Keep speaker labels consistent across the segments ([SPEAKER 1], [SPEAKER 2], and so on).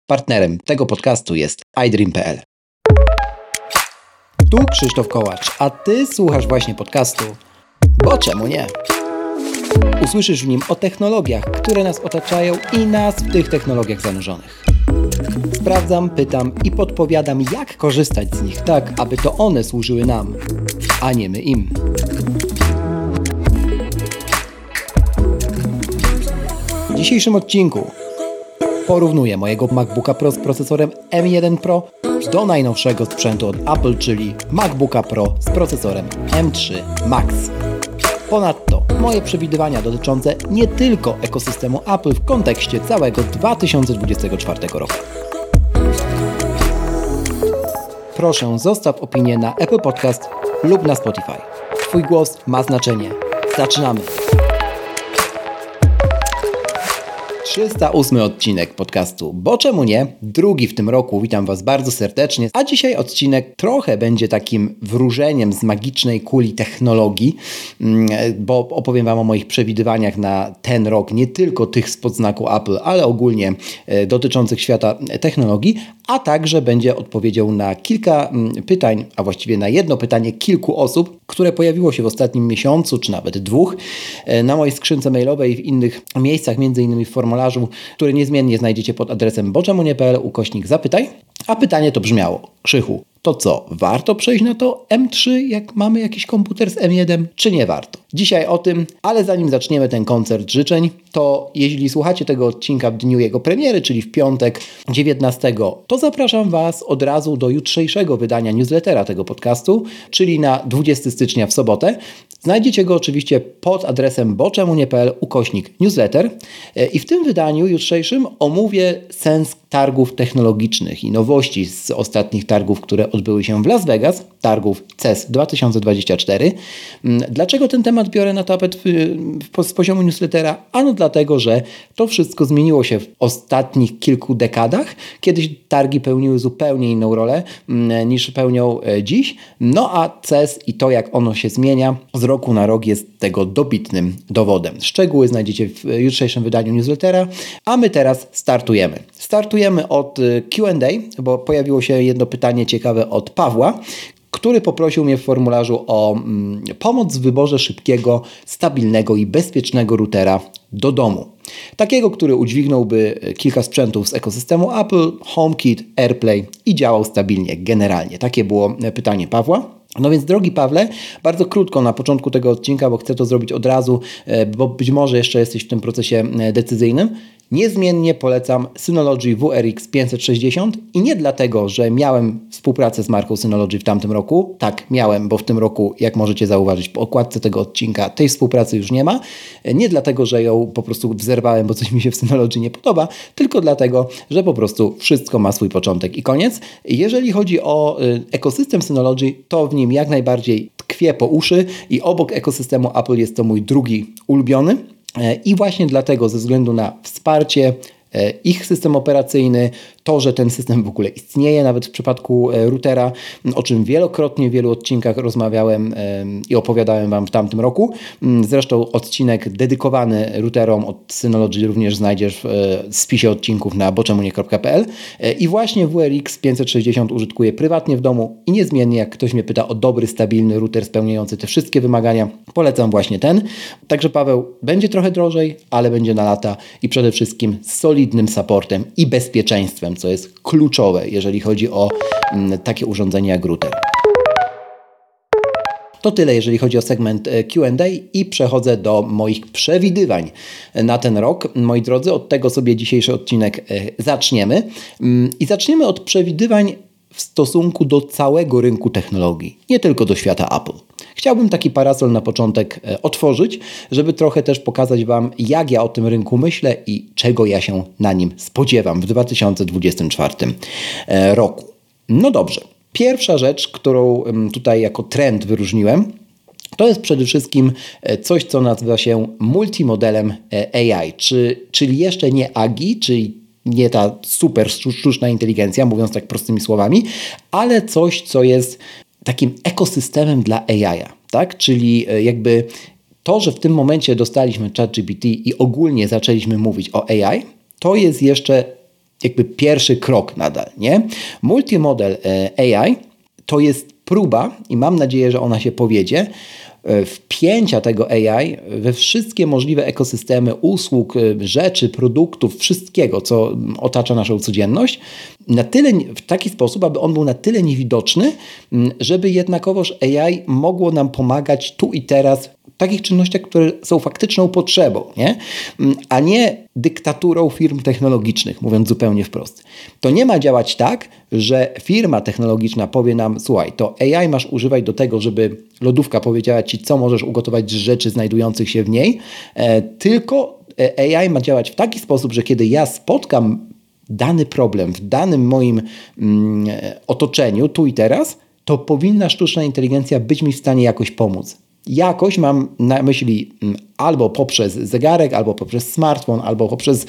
[SPEAKER 1] Partnerem tego podcastu jest iDream.pl. Tu Krzysztof Kołacz, a Ty słuchasz właśnie podcastu Bo czemu nie? Usłyszysz w nim o technologiach, które nas otaczają i nas w tych technologiach zanurzonych. Sprawdzam, pytam i podpowiadam, jak korzystać z nich tak, aby to one służyły nam, a nie my im. W dzisiejszym odcinku porównuję mojego MacBooka Pro z procesorem M1 Pro do najnowszego sprzętu od Apple, czyli MacBooka Pro z procesorem M3 Max. Ponadto moje przewidywania dotyczące nie tylko ekosystemu Apple w kontekście całego 2024 roku. Proszę, zostaw opinię na Apple Podcast lub na Spotify. Twój głos ma znaczenie. Zaczynamy! 308 odcinek podcastu Bo czemu nie? Drugi w tym roku. Witam Was bardzo serdecznie. A dzisiaj odcinek trochę będzie takim wróżeniem z magicznej kuli technologii, bo opowiem Wam o moich przewidywaniach na ten rok, nie tylko tych spod znaku Apple, ale ogólnie dotyczących świata technologii, a także będzie odpowiedzią na kilka pytań, a właściwie na jedno pytanie kilku osób, które pojawiło się w ostatnim miesiącu, czy nawet dwóch, na mojej skrzynce mailowej i w innych miejscach, między innymi w formularzu, który niezmiennie znajdziecie pod adresem boczemu.nie.pl/zapytaj. A pytanie to brzmiało: Krzychu, to co, warto przejść na to M3, jak mamy jakiś komputer z M1, czy nie warto? Dzisiaj o tym, ale zanim zaczniemy ten koncert życzeń, to jeśli słuchacie tego odcinka w dniu jego premiery, czyli w piątek 19, to zapraszam Was od razu do jutrzejszego wydania newslettera tego podcastu, czyli na 20 stycznia w sobotę. Znajdziecie go oczywiście pod adresem boczemu.nie.pl/newsletter i w tym wydaniu jutrzejszym omówię sens targów technologicznych i nowości z ostatnich targów, które odbyły się w Las Vegas, targów CES 2024. Dlaczego ten temat biorę na tapet z poziomu newslettera? Ano dlatego, że to wszystko zmieniło się w ostatnich kilku dekadach. Kiedyś targi pełniły zupełnie inną rolę niż pełnią dziś. No a CES i to, jak ono się zmienia z roku na rok, jest tego dobitnym dowodem. Szczegóły znajdziecie w jutrzejszym wydaniu newslettera, a my teraz startujemy. Startujemy od Q&A, bo pojawiło się jedno pytanie ciekawe od Pawła, który poprosił mnie w formularzu o pomoc w wyborze szybkiego, stabilnego i bezpiecznego routera do domu. Takiego, który udźwignąłby kilka sprzętów z ekosystemu Apple, HomeKit, AirPlay i działał stabilnie generalnie. Takie było pytanie Pawła. No więc drogi Pawle, bardzo krótko na początku tego odcinka, bo chcę to zrobić od razu, bo być może jeszcze jesteś w tym procesie decyzyjnym. Niezmiennie polecam Synology WRX 560 i nie dlatego, że miałem współpracę z marką Synology w tamtym roku. Tak, miałem, bo w tym roku, jak możecie zauważyć po okładce tego odcinka, tej współpracy już nie ma. Nie dlatego, że ją po prostu zerwałem, bo coś mi się w Synology nie podoba, tylko dlatego, że po prostu wszystko ma swój początek i koniec. Jeżeli chodzi o ekosystem Synology, to w nim jak najbardziej tkwię po uszy i obok ekosystemu Apple jest to mój drugi ulubiony. I właśnie dlatego, ze względu na wsparcie, ich system operacyjny, to, że ten system w ogóle istnieje, nawet w przypadku routera, o czym wielokrotnie w wielu odcinkach rozmawiałem i opowiadałem Wam w tamtym roku. Zresztą odcinek dedykowany routerom od Synology również znajdziesz w spisie odcinków na boczemunie.pl. I właśnie WRX 560 użytkuję prywatnie w domu i niezmiennie, jak ktoś mnie pyta o dobry, stabilny router spełniający te wszystkie wymagania, polecam właśnie ten. Także Paweł, będzie trochę drożej, ale będzie na lata i przede wszystkim z solidnym supportem i bezpieczeństwem, co jest kluczowe, jeżeli chodzi o takie urządzenie jak router. To tyle, jeżeli chodzi o segment Q&A i przechodzę do moich przewidywań na ten rok. Moi drodzy, od tego sobie dzisiejszy odcinek zaczniemy. I zaczniemy od przewidywań w stosunku do całego rynku technologii, nie tylko do świata Apple. Chciałbym taki parasol na początek otworzyć, żeby trochę też pokazać Wam, jak ja o tym rynku myślę i czego ja się na nim spodziewam w 2024 roku. No dobrze. Pierwsza rzecz, którą tutaj jako trend wyróżniłem, to jest przede wszystkim coś, co nazywa się multimodelem AI, czyli jeszcze nie AGI, czyli nie ta super sztuczna inteligencja, mówiąc tak prostymi słowami, ale coś, co jest takim ekosystemem dla AI, tak? Czyli jakby to, że w tym momencie dostaliśmy ChatGPT i ogólnie zaczęliśmy mówić o AI, to jest jeszcze jakby pierwszy krok nadal, nie? Multimodel AI to jest próba i mam nadzieję, że ona się powiedzie, wpięcia tego AI we wszystkie możliwe ekosystemy usług, rzeczy, produktów, wszystkiego, co otacza naszą codzienność, na tyle, w taki sposób, aby on był na tyle niewidoczny, żeby jednakowoż AI mogło nam pomagać tu i teraz w takich czynnościach, które są faktyczną potrzebą, nie? A nie dyktaturą firm technologicznych, mówiąc zupełnie wprost. To nie ma działać tak, że firma technologiczna powie nam, słuchaj, to AI masz używać do tego, żeby lodówka powiedziała ci, co możesz ugotować z rzeczy znajdujących się w niej, tylko AI ma działać w taki sposób, że kiedy ja spotkam dany problem w danym moim otoczeniu, tu i teraz, to powinna sztuczna inteligencja być mi w stanie jakoś pomóc. Jakoś mam na myśli albo poprzez zegarek, albo poprzez smartfon, albo poprzez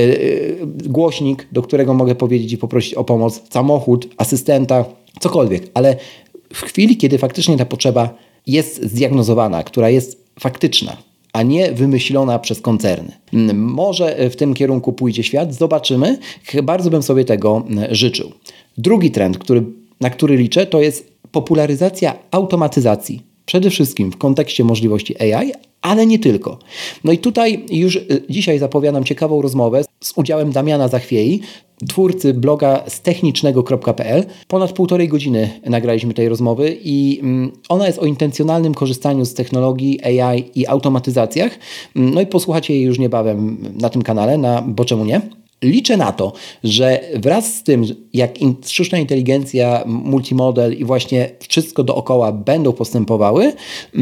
[SPEAKER 1] głośnik, do którego mogę powiedzieć i poprosić o pomoc, samochód, asystenta, cokolwiek. Ale w chwili, kiedy faktycznie ta potrzeba jest zdiagnozowana, która jest faktyczna, a nie wymyślona przez koncerny. Może w tym kierunku pójdzie świat, zobaczymy. Bardzo bym sobie tego życzył. Drugi trend, na który liczę, to jest popularyzacja automatyzacji. Przede wszystkim w kontekście możliwości AI, ale nie tylko. No i tutaj już dzisiaj zapowiadam ciekawą rozmowę z udziałem Damiana Zachwiei, twórcy bloga stechnicznego.pl. Ponad 1,5 godziny nagraliśmy tej rozmowy i ona jest o intencjonalnym korzystaniu z technologii AI i automatyzacjach. No i posłuchacie jej już niebawem na tym kanale, bo czemu nie? Liczę na to, że wraz z tym, jak sztuczna inteligencja, multimodel i właśnie wszystko dookoła będą postępowały,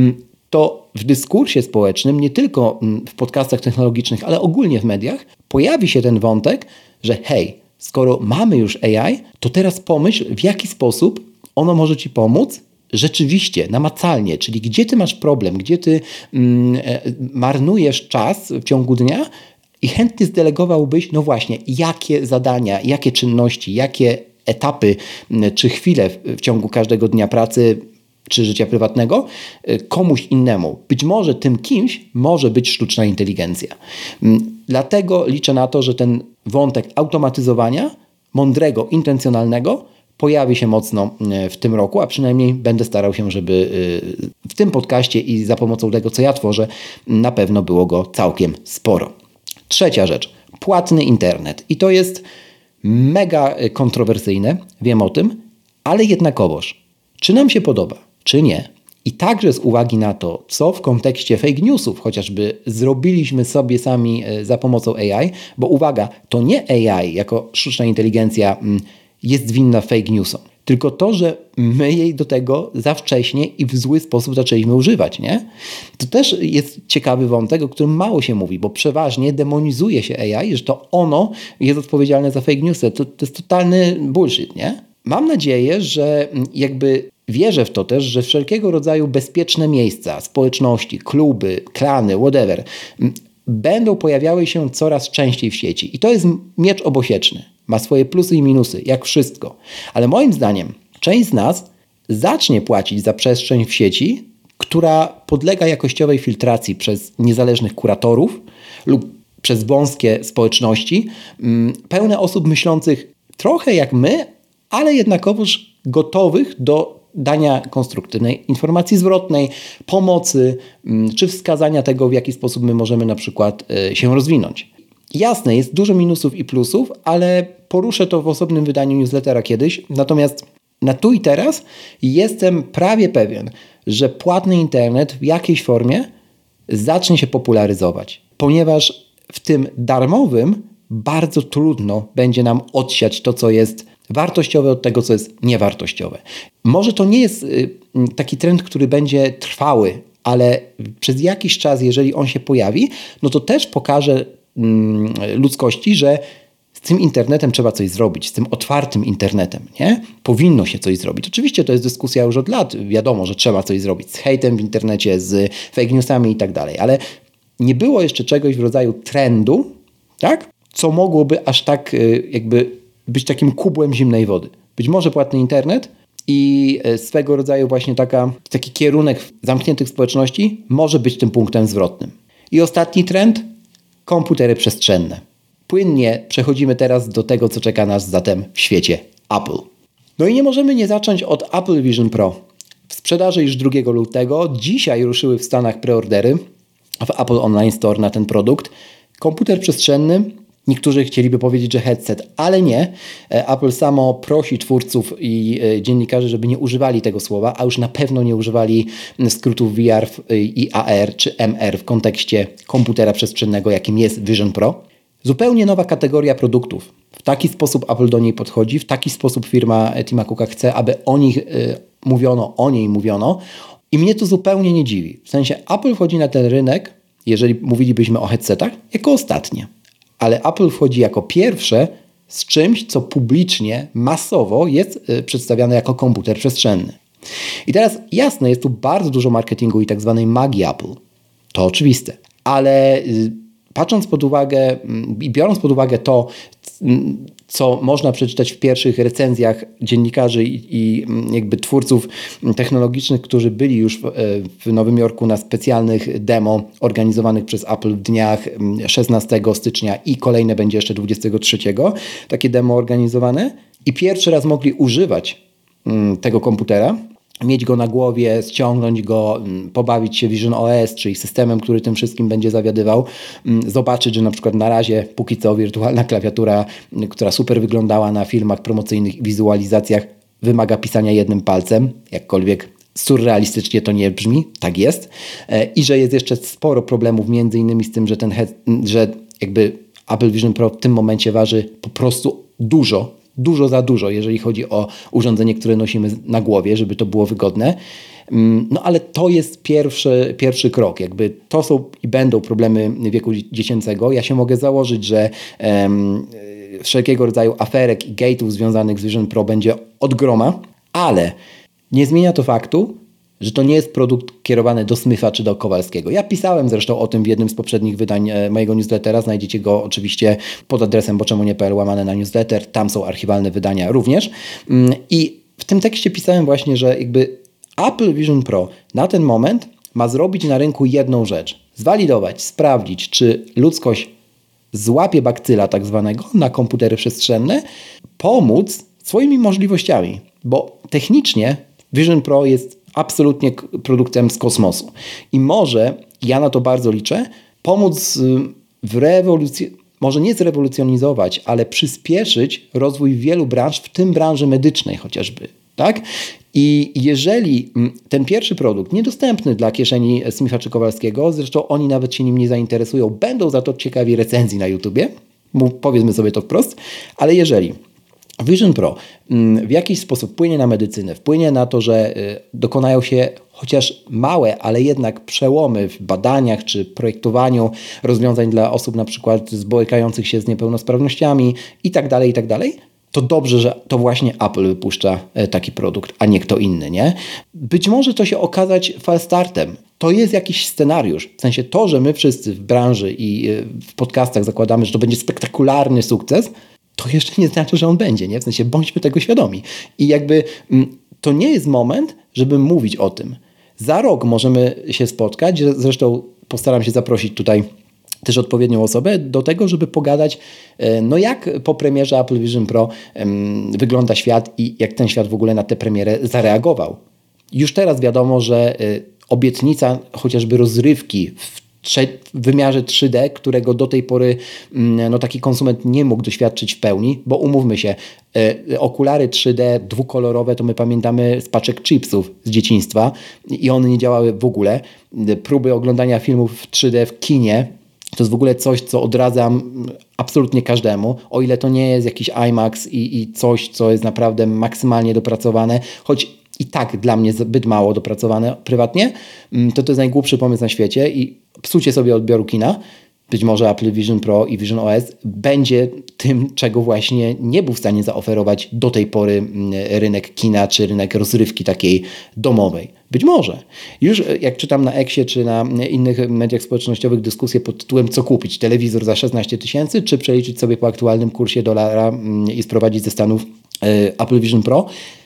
[SPEAKER 1] to w dyskursie społecznym, nie tylko w podcastach technologicznych, ale ogólnie w mediach, pojawi się ten wątek, że hej, skoro mamy już AI, to teraz pomyśl, w jaki sposób ono może ci pomóc rzeczywiście, namacalnie, czyli gdzie ty masz problem, gdzie ty marnujesz czas w ciągu dnia, i chętnie zdelegowałbyś, no właśnie, jakie zadania, jakie czynności, jakie etapy czy chwile w ciągu każdego dnia pracy czy życia prywatnego komuś innemu. Być może tym kimś może być sztuczna inteligencja. Dlatego liczę na to, że ten wątek automatyzowania, mądrego, intencjonalnego, pojawi się mocno w tym roku, a przynajmniej będę starał się, żeby w tym podcaście i za pomocą tego, co ja tworzę, na pewno było go całkiem sporo. Trzecia rzecz, płatny internet. I to jest mega kontrowersyjne, wiem o tym, ale jednakowoż, czy nam się podoba, czy nie, i także z uwagi na to, co w kontekście fake newsów chociażby zrobiliśmy sobie sami za pomocą AI, bo uwaga, to nie AI jako sztuczna inteligencja jest winna fake newsom, tylko to, że my jej do tego za wcześnie i w zły sposób zaczęliśmy używać, nie? To też jest ciekawy wątek, o którym mało się mówi, bo przeważnie demonizuje się AI, że to ono jest odpowiedzialne za fake newsy. To jest totalny bullshit, nie? Mam nadzieję, że jakby wierzę w to też, że wszelkiego rodzaju bezpieczne miejsca, społeczności, kluby, klany, whatever, będą pojawiały się coraz częściej w sieci. I to jest miecz obosieczny. Ma swoje plusy i minusy, jak wszystko. Ale moim zdaniem część z nas zacznie płacić za przestrzeń w sieci, która podlega jakościowej filtracji przez niezależnych kuratorów lub przez wąskie społeczności, pełne osób myślących trochę jak my, ale jednakowoż gotowych do dania konstruktywnej informacji zwrotnej, pomocy, czy wskazania tego, w jaki sposób my możemy na przykład się rozwinąć. Jasne, jest dużo minusów i plusów, ale poruszę to w osobnym wydaniu newslettera kiedyś. Natomiast na tu i teraz jestem prawie pewien, że płatny internet w jakiejś formie zacznie się popularyzować, ponieważ w tym darmowym bardzo trudno będzie nam odsiać to, co jest wartościowe od tego, co jest niewartościowe. Może to nie jest taki trend, który będzie trwały, ale przez jakiś czas, jeżeli on się pojawi, no to też pokaże ludzkości, że z tym internetem trzeba coś zrobić, z tym otwartym internetem, nie? Powinno się coś zrobić. Oczywiście to jest dyskusja już od lat. Wiadomo, że trzeba coś zrobić z hejtem w internecie, z fake newsami i tak dalej, ale nie było jeszcze czegoś w rodzaju trendu, tak? Co mogłoby aż tak jakby być takim kubłem zimnej wody. Być może płatny internet i swego rodzaju właśnie taki kierunek zamkniętych społeczności może być tym punktem zwrotnym. I ostatni trend, komputery przestrzenne. płynnie przechodzimy teraz do tego, co czeka nas zatem w świecie Apple. No i nie możemy nie zacząć od Apple Vision Pro. W sprzedaży już 2 lutego, dzisiaj ruszyły w Stanach preordery w Apple Online Store na ten produkt. Komputer przestrzenny, niektórzy chcieliby powiedzieć, że headset, ale nie. Apple samo prosi twórców i dziennikarzy, żeby nie używali tego słowa, a już na pewno nie używali skrótów VR i AR czy MR w kontekście komputera przestrzennego, jakim jest Vision Pro. Zupełnie nowa kategoria produktów. W taki sposób Apple do niej podchodzi, w taki sposób firma Tima Cooka chce, aby o niej mówiono i mnie to zupełnie nie dziwi. W sensie Apple wchodzi na ten rynek, jeżeli mówilibyśmy o headsetach, jako ostatnie. Ale Apple wchodzi jako pierwsze z czymś, co publicznie, masowo jest przedstawiane jako komputer przestrzenny. I teraz jasne, jest tu bardzo dużo marketingu i tak zwanej magii Apple. To oczywiste. Ale patrząc pod uwagę i biorąc pod uwagę to, co można przeczytać w pierwszych recenzjach dziennikarzy i jakby twórców technologicznych, którzy byli już w Nowym Jorku na specjalnych demo organizowanych przez Apple w dniach 16 stycznia i kolejne będzie jeszcze 23. Takie demo organizowane i pierwszy raz mogli używać tego komputera, mieć go na głowie, ściągnąć go, pobawić się Vision OS, czyli systemem, który tym wszystkim będzie zawiadywał, zobaczyć, że na przykład na razie póki co wirtualna klawiatura, która super wyglądała na filmach promocyjnych i wizualizacjach, wymaga pisania jednym palcem, jakkolwiek surrealistycznie to nie brzmi, tak jest, i że jest jeszcze sporo problemów, między innymi z tym, że jakby Apple Vision Pro w tym momencie waży po prostu dużo za dużo, jeżeli chodzi o urządzenie, które nosimy na głowie, żeby to było wygodne. No ale to jest pierwszy krok. Jakby to są i będą problemy wieku dziecięcego. Ja się mogę założyć, że wszelkiego rodzaju aferek i gate'ów związanych z Vision Pro będzie od groma, ale nie zmienia to faktu, że to nie jest produkt kierowany do Smitha czy do Kowalskiego. Ja pisałem zresztą o tym w jednym z poprzednich wydań mojego newslettera. Znajdziecie go oczywiście pod adresem boczemunie.pl /newsletter. Tam są archiwalne wydania również. I w tym tekście pisałem właśnie, że jakby Apple Vision Pro na ten moment ma zrobić na rynku jedną rzecz. Zwalidować, sprawdzić, czy ludzkość złapie bakcyla tak zwanego na komputery przestrzenne, pomóc swoimi możliwościami. Bo technicznie Vision Pro jest absolutnie produktem z kosmosu. I może, ja na to bardzo liczę, pomóc może nie zrewolucjonizować, ale przyspieszyć rozwój wielu branż, w tym branży medycznej chociażby. Tak? I jeżeli ten pierwszy produkt, niedostępny dla kieszeni Smitha czy Kowalskiego, zresztą oni nawet się nim nie zainteresują, będą za to ciekawi recenzji na YouTubie, powiedzmy sobie to wprost, ale jeżeli Vision Pro w jakiś sposób wpłynie na medycynę, wpłynie na to, że dokonają się chociaż małe, ale jednak przełomy w badaniach czy projektowaniu rozwiązań dla osób na przykład borykających się z niepełnosprawnościami i tak dalej, to dobrze, że to właśnie Apple wypuszcza taki produkt, a nie kto inny, nie? Być może to się okazać falstartem. To jest jakiś scenariusz. W sensie to, że my wszyscy w branży i w podcastach zakładamy, że to będzie spektakularny sukces, to jeszcze nie znaczy, że on będzie, nie? W sensie bądźmy tego świadomi. I jakby to nie jest moment, żeby mówić o tym. Za rok możemy się spotkać, zresztą postaram się zaprosić tutaj też odpowiednią osobę do tego, żeby pogadać, no jak po premierze Apple Vision Pro wygląda świat i jak ten świat w ogóle na tę premierę zareagował. Już teraz wiadomo, że obietnica chociażby rozrywki w wymiarze 3D, którego do tej pory no, taki konsument nie mógł doświadczyć w pełni, bo umówmy się, okulary 3D dwukolorowe to my pamiętamy z paczek chipsów z dzieciństwa i one nie działały w ogóle. Próby oglądania filmów w 3D w kinie to jest w ogóle coś, co odradzam absolutnie każdemu, o ile to nie jest jakiś IMAX i coś, co jest naprawdę maksymalnie dopracowane, choć i tak dla mnie zbyt mało dopracowane prywatnie, to jest najgłupszy pomysł na świecie i psucie sobie odbioru kina. Być może Apple Vision Pro i Vision OS będzie tym, czego właśnie nie był w stanie zaoferować do tej pory rynek kina czy rynek rozrywki takiej domowej. Być może. Już jak czytam na Exie czy na innych mediach społecznościowych dyskusje pod tytułem co kupić? Telewizor za 16 000 czy przeliczyć sobie po aktualnym kursie dolara i sprowadzić ze Stanów Apple Vision Pro?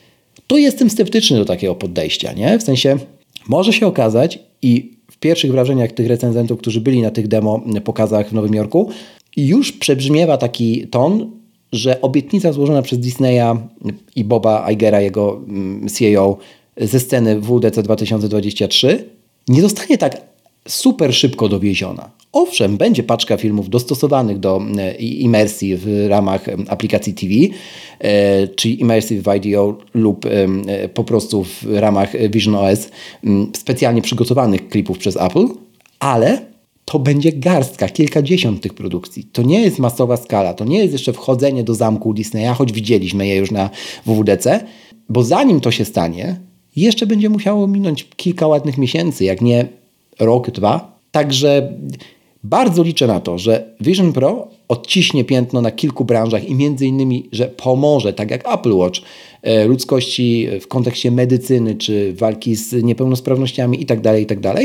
[SPEAKER 1] To jestem sceptyczny do takiego podejścia, nie? W sensie może się okazać i w pierwszych wrażeniach tych recenzentów, którzy byli na tych demo pokazach w Nowym Jorku, już przebrzmiewa taki ton, że obietnica złożona przez Disneya i Boba Igera, jego CEO, ze sceny WWDC 2023 nie zostanie tak super szybko dowieziona. Owszem, będzie paczka filmów dostosowanych do imersji w ramach aplikacji TV, czyli Immersive Video lub po prostu w ramach Vision OS specjalnie przygotowanych klipów przez Apple, ale to będzie garstka, kilkadziesiąt tych produkcji. To nie jest masowa skala, to nie jest jeszcze wchodzenie do zamku Disneya, choć widzieliśmy je już na WWDC, bo zanim to się stanie, jeszcze będzie musiało minąć kilka ładnych miesięcy, jak nie rok, dwa. Także bardzo liczę na to, że Vision Pro odciśnie piętno na kilku branżach i między innymi, że pomoże, tak jak Apple Watch, ludzkości w kontekście medycyny czy walki z niepełnosprawnościami itd.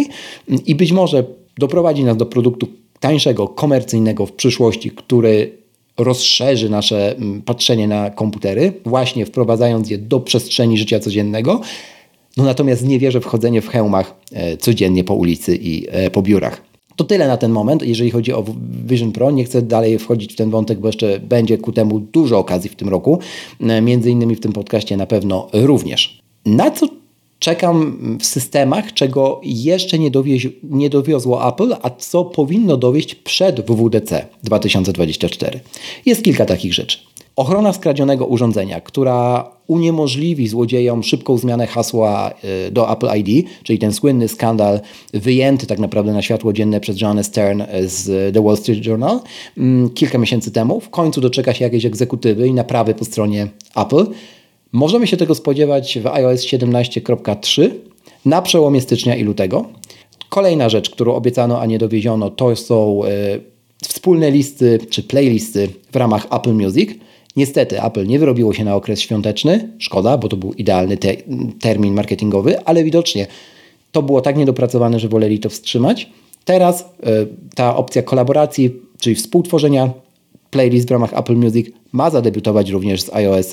[SPEAKER 1] I być może doprowadzi nas do produktu tańszego, komercyjnego w przyszłości, który rozszerzy nasze patrzenie na komputery, właśnie wprowadzając je do przestrzeni życia codziennego. No natomiast nie wierzę w chodzenie w hełmach codziennie po ulicy i po biurach. To tyle na ten moment, jeżeli chodzi o Vision Pro. Nie chcę dalej wchodzić w ten wątek, bo jeszcze będzie ku temu dużo okazji w tym roku. Między innymi w tym podcaście na pewno również. Na co czekam w systemach, czego jeszcze nie dowiozło Apple, a co powinno dowieść przed WWDC 2024. Jest kilka takich rzeczy. Ochrona skradzionego urządzenia, która uniemożliwi złodziejom szybką zmianę hasła do Apple ID, czyli ten słynny skandal wyjęty tak naprawdę na światło dzienne przez Joanna Stern z The Wall Street Journal kilka miesięcy temu. W końcu doczeka się jakiejś egzekutywy i naprawy po stronie Apple. Możemy się tego spodziewać w iOS 17.3 na przełomie stycznia i lutego. Kolejna rzecz, którą obiecano, a nie dowieziono, to są wspólne listy czy playlisty w ramach Apple Music. Niestety Apple nie wyrobiło się na okres świąteczny. Szkoda, bo to był idealny termin marketingowy, ale widocznie to było tak niedopracowane, że woleli to wstrzymać. Teraz ta opcja kolaboracji, czyli współtworzenia playlist w ramach Apple Music ma zadebiutować również z iOS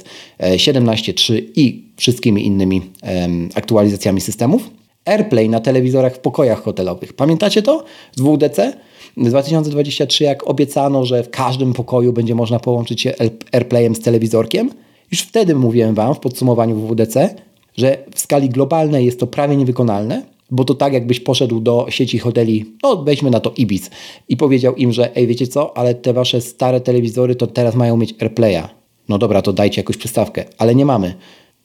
[SPEAKER 1] 17.3 i wszystkimi innymi aktualizacjami systemów. AirPlay na telewizorach w pokojach hotelowych. Pamiętacie to z WWDC 2023, jak obiecano, że w każdym pokoju będzie można połączyć się AirPlayem z telewizorkiem? Już wtedy mówiłem Wam w podsumowaniu WWDC, że w skali globalnej jest to prawie niewykonalne, bo to tak jakbyś poszedł do sieci hoteli, no weźmy na to Ibis, i powiedział im, że ej, wiecie co, ale te wasze stare telewizory to teraz mają mieć AirPlaya. No dobra, to dajcie jakąś przystawkę, ale nie mamy.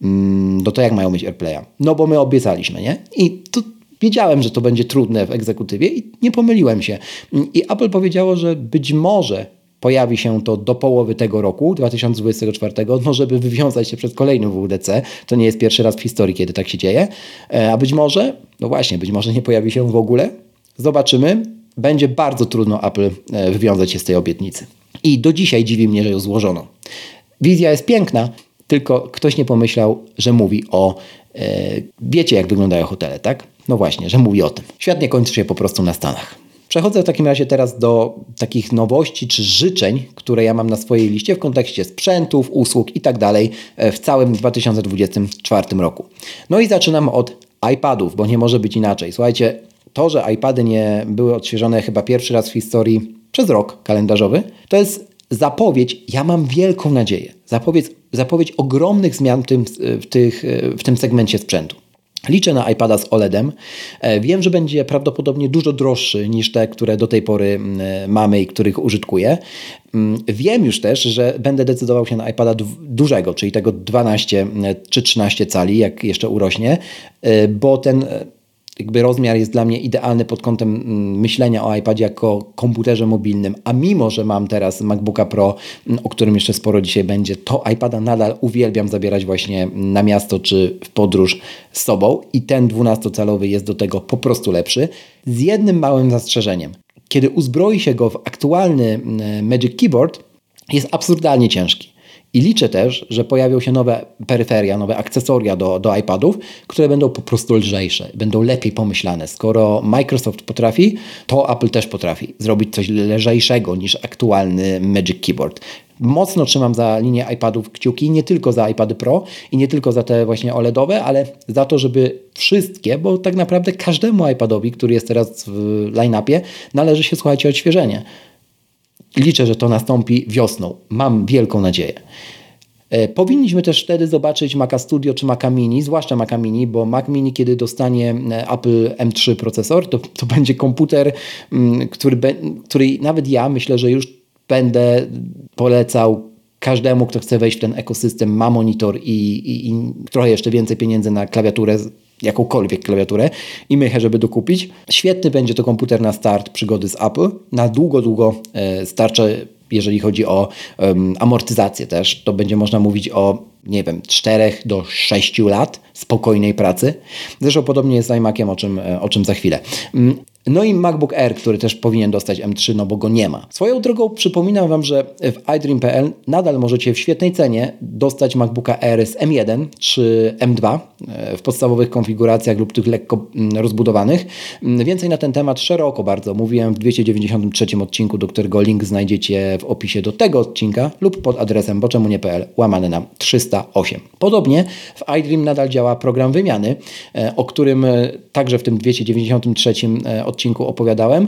[SPEAKER 1] No to jak mają mieć AirPlaya? No bo my obiecaliśmy, nie? I to wiedziałem, że to będzie trudne w egzekutywie i nie pomyliłem się. I Apple powiedziało, że być może pojawi się to do połowy tego roku, 2024, no żeby wywiązać się przed kolejnym WWDC. To nie jest pierwszy raz w historii, kiedy tak się dzieje. A być może, no właśnie, być może nie pojawi się w ogóle. Zobaczymy. Będzie bardzo trudno Apple wywiązać się z tej obietnicy. I do dzisiaj dziwi mnie, że ją złożono. Wizja jest piękna, tylko ktoś nie pomyślał, że mówi o... wiecie, jak wyglądają hotele, tak? No właśnie, że mówi o tym. Świat nie kończy się po prostu na Stanach. Przechodzę w takim razie teraz do takich nowości czy życzeń, które ja mam na swojej liście w kontekście sprzętów, usług i tak dalej w całym 2024 roku. No i zaczynam od iPadów, bo nie może być inaczej. Słuchajcie, to, że iPady nie były odświeżone chyba pierwszy raz w historii przez rok kalendarzowy, to jest zapowiedź, ja mam wielką nadzieję, zapowiedź ogromnych zmian w tym segmencie sprzętu. Liczę na iPada z OLED-em. Wiem, że będzie prawdopodobnie dużo droższy niż te, które do tej pory mamy i których użytkuję. Wiem już też, że będę decydował się na iPada dużego, czyli tego 12 czy 13 cali, jak jeszcze urośnie, bo ten jakby rozmiar jest dla mnie idealny pod kątem myślenia o iPadzie jako komputerze mobilnym, a mimo, że mam teraz MacBooka Pro, o którym jeszcze sporo dzisiaj będzie, to iPada nadal uwielbiam zabierać właśnie na miasto czy w podróż z sobą i ten 12-calowy jest do tego po prostu lepszy. Z jednym małym zastrzeżeniem. Kiedy uzbroi się go w aktualny Magic Keyboard, jest absurdalnie ciężki. I liczę też, że pojawią się nowe peryferia, nowe akcesoria do iPadów, które będą po prostu lżejsze, będą lepiej pomyślane. Skoro Microsoft potrafi, to Apple też potrafi zrobić coś lżejszego niż aktualny Magic Keyboard. Mocno trzymam za linię iPadów kciuki, nie tylko za iPady Pro i nie tylko za te właśnie OLEDowe, ale za to, żeby wszystkie, bo tak naprawdę każdemu iPadowi, który jest teraz w line-upie, należy się, słuchajcie, odświeżenie. Liczę, że to nastąpi wiosną. Mam wielką nadzieję. Powinniśmy też wtedy zobaczyć Maca Studio czy Maca Mini, zwłaszcza Maca Mini, bo Mac Mini, kiedy dostanie Apple M3 procesor, to będzie komputer, który nawet ja myślę, że już będę polecał każdemu, kto chce wejść w ten ekosystem, ma monitor i trochę jeszcze więcej pieniędzy na klawiaturę, jakąkolwiek klawiaturę i mychę, żeby dokupić. Świetny będzie to komputer na start przygody z Apple. Na długo starczy, jeżeli chodzi o amortyzację też. To będzie można mówić o, 4 do 6 lat spokojnej pracy. Zresztą podobnie jest z iMaciem, o czym za chwilę. No i MacBook Air, który też powinien dostać M3, no bo go nie ma. Swoją drogą przypominam Wam, że w iDream.pl nadal możecie w świetnej cenie dostać MacBooka Air z M1 czy M2 w podstawowych konfiguracjach lub tych lekko rozbudowanych. Więcej na ten temat szeroko bardzo mówiłem w 293 odcinku, do którego link znajdziecie w opisie do tego odcinka lub pod adresem boczemunie.pl/308. Podobnie w iDream nadal działa program wymiany, o którym także w tym 293 odcinku opowiadałem.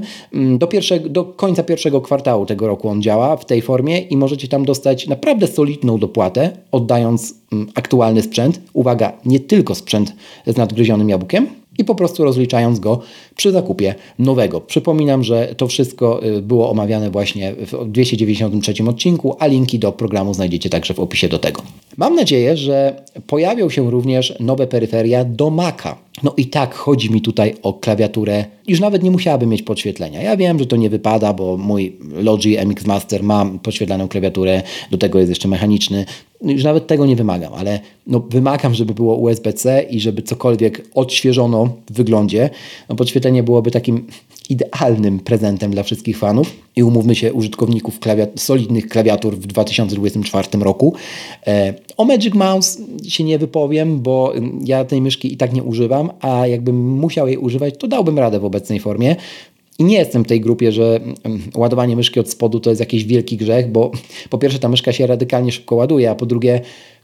[SPEAKER 1] Do końca pierwszego kwartału tego roku on działa w tej formie i możecie tam dostać naprawdę solidną dopłatę, oddając aktualny sprzęt. Uwaga, nie tylko sprzęt z nadgryzionym jabłkiem i po prostu rozliczając go przy zakupie nowego. Przypominam, że to wszystko było omawiane właśnie w 293 odcinku, a linki do programu znajdziecie także w opisie do tego. Mam nadzieję, że pojawią się również nowe peryferia do Maca. No i tak chodzi mi tutaj o klawiaturę. Już nawet nie musiałaby mieć podświetlenia. Ja wiem, że to nie wypada, bo mój Logi MX Master ma podświetlaną klawiaturę, do tego jest jeszcze mechaniczny. Już nawet tego nie wymagam, ale wymagam, żeby było USB-C i żeby cokolwiek odświeżono w wyglądzie. Podświetlenie byłoby takim idealnym prezentem dla wszystkich fanów i umówmy się, użytkowników solidnych klawiatur w 2024 roku. O Magic Mouse się nie wypowiem, bo ja tej myszki i tak nie używam, a jakbym musiał jej używać, to dałbym radę w obecnej formie. I nie jestem w tej grupie, że ładowanie myszki od spodu to jest jakiś wielki grzech, bo po pierwsze ta myszka się radykalnie szybko ładuje, a po drugie,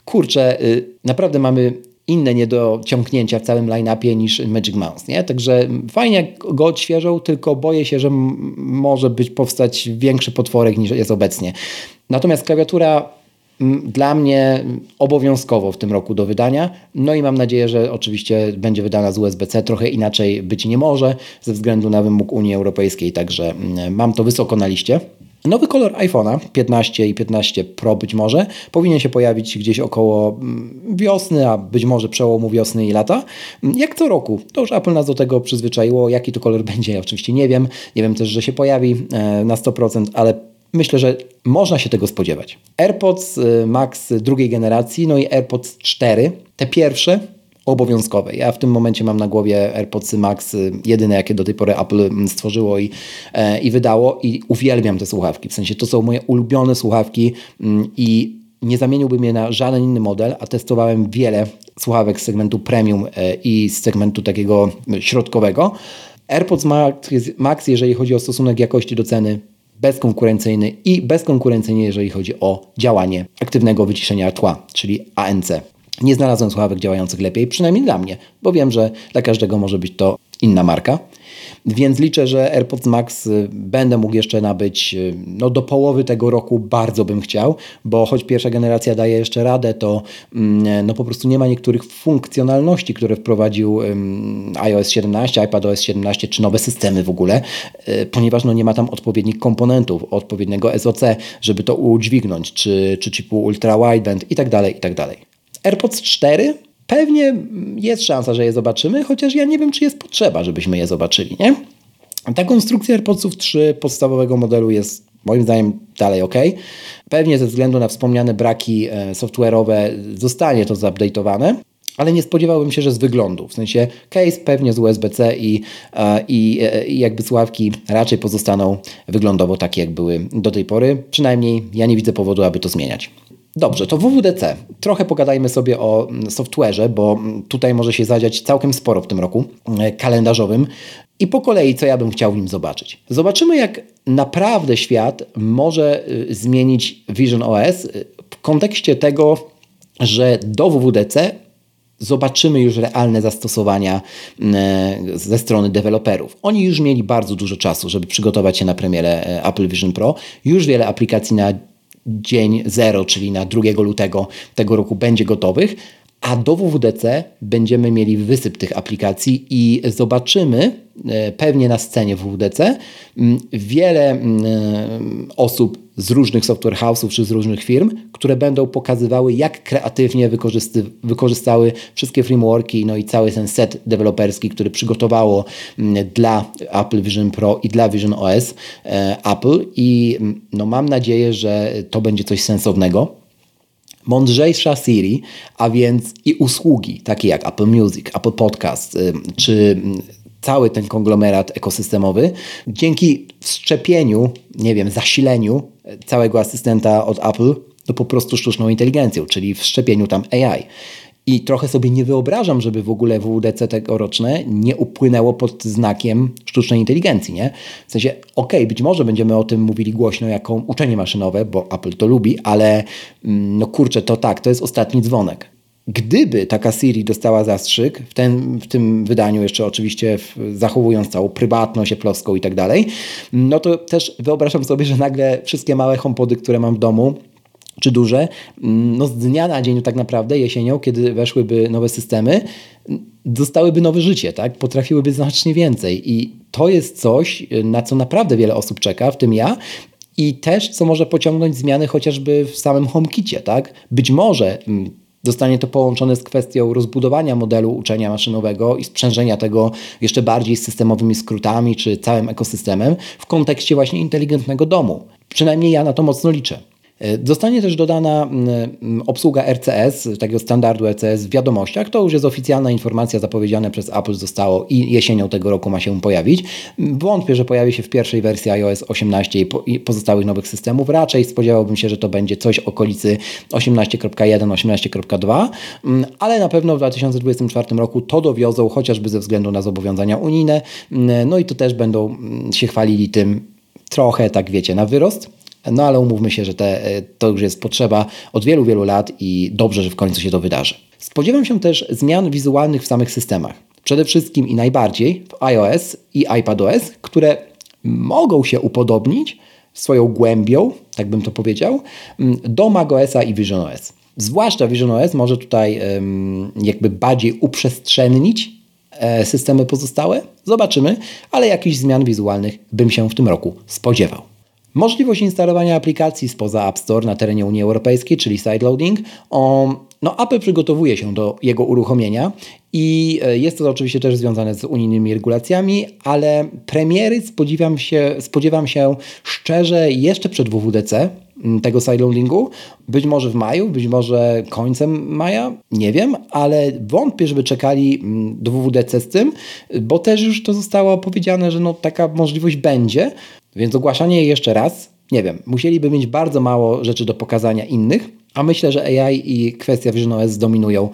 [SPEAKER 1] naprawdę mamy inne niedociągnięcia w całym line-upie niż Magic Mouse, nie? Także fajnie jak go odświeżą, tylko boję się, że może powstać większy potworek niż jest obecnie. Natomiast klawiatura dla mnie obowiązkowo w tym roku do wydania. No i mam nadzieję, że oczywiście będzie wydana z USB-C. Trochę inaczej być nie może ze względu na wymóg Unii Europejskiej, także mam to wysoko na liście. Nowy kolor iPhone'a 15 i 15 Pro być może powinien się pojawić gdzieś około wiosny, a być może przełomu wiosny i lata. Jak co roku. To już Apple nas do tego przyzwyczaiło. Jaki to kolor będzie, ja oczywiście nie wiem. Nie wiem też, że się pojawi na 100%, ale myślę, że można się tego spodziewać. AirPods Max drugiej generacji, no i AirPods 4, te pierwsze obowiązkowe. Ja w tym momencie mam na głowie AirPodsy Max, jedyne jakie do tej pory Apple stworzyło i wydało i uwielbiam te słuchawki. W sensie to są moje ulubione słuchawki i nie zamieniłbym je na żaden inny model, a testowałem wiele słuchawek z segmentu premium i z segmentu takiego środkowego. AirPods Max, jeżeli chodzi o stosunek jakości do ceny, bezkonkurencyjny i bezkonkurencyjny, jeżeli chodzi o działanie aktywnego wyciszenia tła, czyli ANC. Nie znalazłem słuchawek działających lepiej, przynajmniej dla mnie, bo wiem, że dla każdego może być to inna marka. Więc liczę, że AirPods Max będę mógł jeszcze nabyć do połowy tego roku, bardzo bym chciał, bo choć pierwsza generacja daje jeszcze radę, to po prostu nie ma niektórych funkcjonalności, które wprowadził iOS 17, iPadOS 17 czy nowe systemy w ogóle, ponieważ nie ma tam odpowiednich komponentów, odpowiedniego SoC, żeby to udźwignąć, czy chipu ultra wideband i tak dalej. AirPods 4 pewnie jest szansa, że je zobaczymy, chociaż ja nie wiem, czy jest potrzeba, żebyśmy je zobaczyli, nie? Ta konstrukcja AirPodsów 3 podstawowego modelu jest moim zdaniem dalej ok. Pewnie ze względu na wspomniane braki software'owe zostanie to zupdate'owane, ale nie spodziewałbym się, że z wyglądu. W sensie case pewnie z USB-C i jakby słuchawki raczej pozostaną wyglądowo takie, jak były do tej pory. Przynajmniej ja nie widzę powodu, aby to zmieniać. Dobrze, to WWDC. Trochę pogadajmy sobie o software'ze, bo tutaj może się zadziać całkiem sporo w tym roku kalendarzowym. I po kolei, co ja bym chciał w nim zobaczyć. Zobaczymy, jak naprawdę świat może zmienić Vision OS w kontekście tego, że do WWDC zobaczymy już realne zastosowania ze strony deweloperów. Oni już mieli bardzo dużo czasu, żeby przygotować się na premierę Apple Vision Pro. Już wiele aplikacji na dzień 0, czyli na 2 lutego tego roku będzie gotowych, a do WWDC będziemy mieli wysyp tych aplikacji i zobaczymy pewnie na scenie WWDC wiele osób z różnych software house'ów czy z różnych firm, które będą pokazywały, jak kreatywnie wykorzystały wszystkie frameworki, no i cały ten set deweloperski, który przygotowało dla Apple Vision Pro i dla Vision OS Apple i no mam nadzieję, że to będzie coś sensownego. Mądrzejsza Siri, a więc i usługi takie jak Apple Music, Apple Podcast czy cały ten konglomerat ekosystemowy, dzięki wszczepieniu, zasileniu całego asystenta od Apple, to po prostu sztuczną inteligencją, czyli wszczepieniu tam AI. I trochę sobie nie wyobrażam, żeby w ogóle WWDC tegoroczne nie upłynęło pod znakiem sztucznej inteligencji, nie? W sensie, być może będziemy o tym mówili głośno jako uczenie maszynowe, bo Apple to lubi, ale to jest ostatni dzwonek. Gdyby taka Siri dostała zastrzyk, w tym wydaniu jeszcze oczywiście zachowując całą prywatność eplowską i tak dalej, no to też wyobrażam sobie, że nagle wszystkie małe HomePody, które mam w domu, czy duże, z dnia na dzień tak naprawdę jesienią, kiedy weszłyby nowe systemy, dostałyby nowe życie, tak? Potrafiłyby znacznie więcej i to jest coś, na co naprawdę wiele osób czeka, w tym ja, i też co może pociągnąć zmiany chociażby w samym HomeKicie, tak? Być może zostanie to połączone z kwestią rozbudowania modelu uczenia maszynowego i sprzężenia tego jeszcze bardziej z systemowymi skrótami czy całym ekosystemem w kontekście właśnie inteligentnego domu. Przynajmniej ja na to mocno liczę. Zostanie też dodana obsługa RCS, takiego standardu RCS w wiadomościach. To już jest oficjalna informacja zapowiedziana przez Apple, zostało i jesienią tego roku ma się pojawić. Wątpię, że pojawi się w pierwszej wersji iOS 18 i pozostałych nowych systemów. Raczej spodziewałbym się, że to będzie coś w okolicy 18.1, 18.2, ale na pewno w 2024 roku to dowiozą, chociażby ze względu na zobowiązania unijne. No i to też będą się chwalili tym trochę, na wyrost. No ale umówmy się, że to już jest potrzeba od wielu, wielu lat i dobrze, że w końcu się to wydarzy. Spodziewam się też zmian wizualnych w samych systemach. Przede wszystkim i najbardziej w iOS i iPadOS, które mogą się upodobnić swoją głębią, tak bym to powiedział, do macOSa i visionOS. Zwłaszcza visionOS może tutaj bardziej uprzestrzennić systemy pozostałe. Zobaczymy, ale jakichś zmian wizualnych bym się w tym roku spodziewał. Możliwość instalowania aplikacji spoza App Store na terenie Unii Europejskiej, czyli sideloading. Apple przygotowuje się do jego uruchomienia i jest to oczywiście też związane z unijnymi regulacjami, ale premiery spodziewam się szczerze jeszcze przed WWDC tego sideloadingu. Być może w maju, być może końcem maja, nie wiem, ale wątpię, żeby czekali do WWDC z tym, bo też już to zostało powiedziane, że taka możliwość będzie. Więc ogłaszanie jej jeszcze raz, musieliby mieć bardzo mało rzeczy do pokazania innych, a myślę, że AI i kwestia visionOS zdominują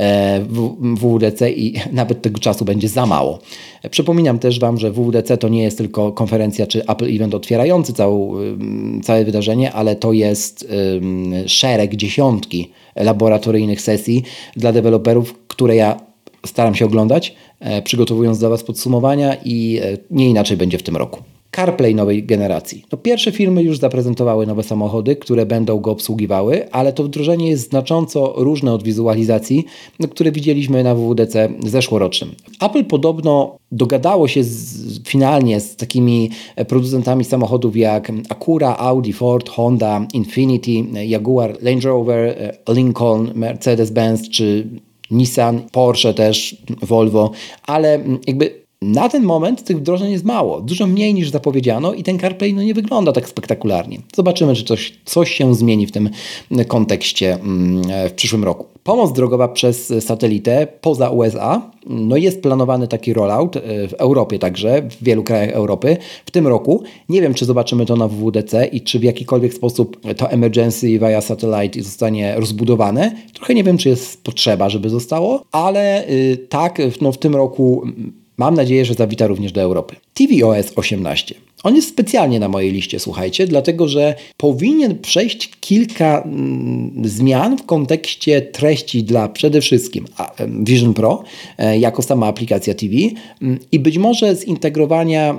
[SPEAKER 1] w WWDC i nawet tego czasu będzie za mało. Przypominam też Wam, że WWDC to nie jest tylko konferencja czy Apple Event otwierający całe wydarzenie, ale to jest dziesiątki laboratoryjnych sesji dla deweloperów, które ja staram się oglądać, przygotowując dla Was podsumowania i nie inaczej będzie w tym roku. CarPlay nowej generacji. Pierwsze firmy już zaprezentowały nowe samochody, które będą go obsługiwały, ale to wdrożenie jest znacząco różne od wizualizacji, które widzieliśmy na WWDC zeszłorocznym. Apple podobno dogadało się finalnie z takimi producentami samochodów jak Acura, Audi, Ford, Honda, Infiniti, Jaguar, Range Rover, Lincoln, Mercedes-Benz czy Nissan, Porsche też, Volvo, ale na ten moment tych wdrożeń jest mało, dużo mniej niż zapowiedziano i ten CarPlay nie wygląda tak spektakularnie. Zobaczymy, czy coś się zmieni w tym kontekście w przyszłym roku. Pomoc drogowa przez satelitę poza USA. Jest planowany taki rollout w Europie także, w wielu krajach Europy w tym roku. Nie wiem, czy zobaczymy to na WWDC i czy w jakikolwiek sposób to emergency via satellite zostanie rozbudowane. Trochę nie wiem, czy jest potrzeba, żeby zostało, ale w tym roku mam nadzieję, że zawita również do Europy. tvOS 18. On jest specjalnie na mojej liście, słuchajcie, dlatego że powinien przejść kilka zmian w kontekście treści dla przede wszystkim Vision Pro jako sama aplikacja TV i być może zintegrowania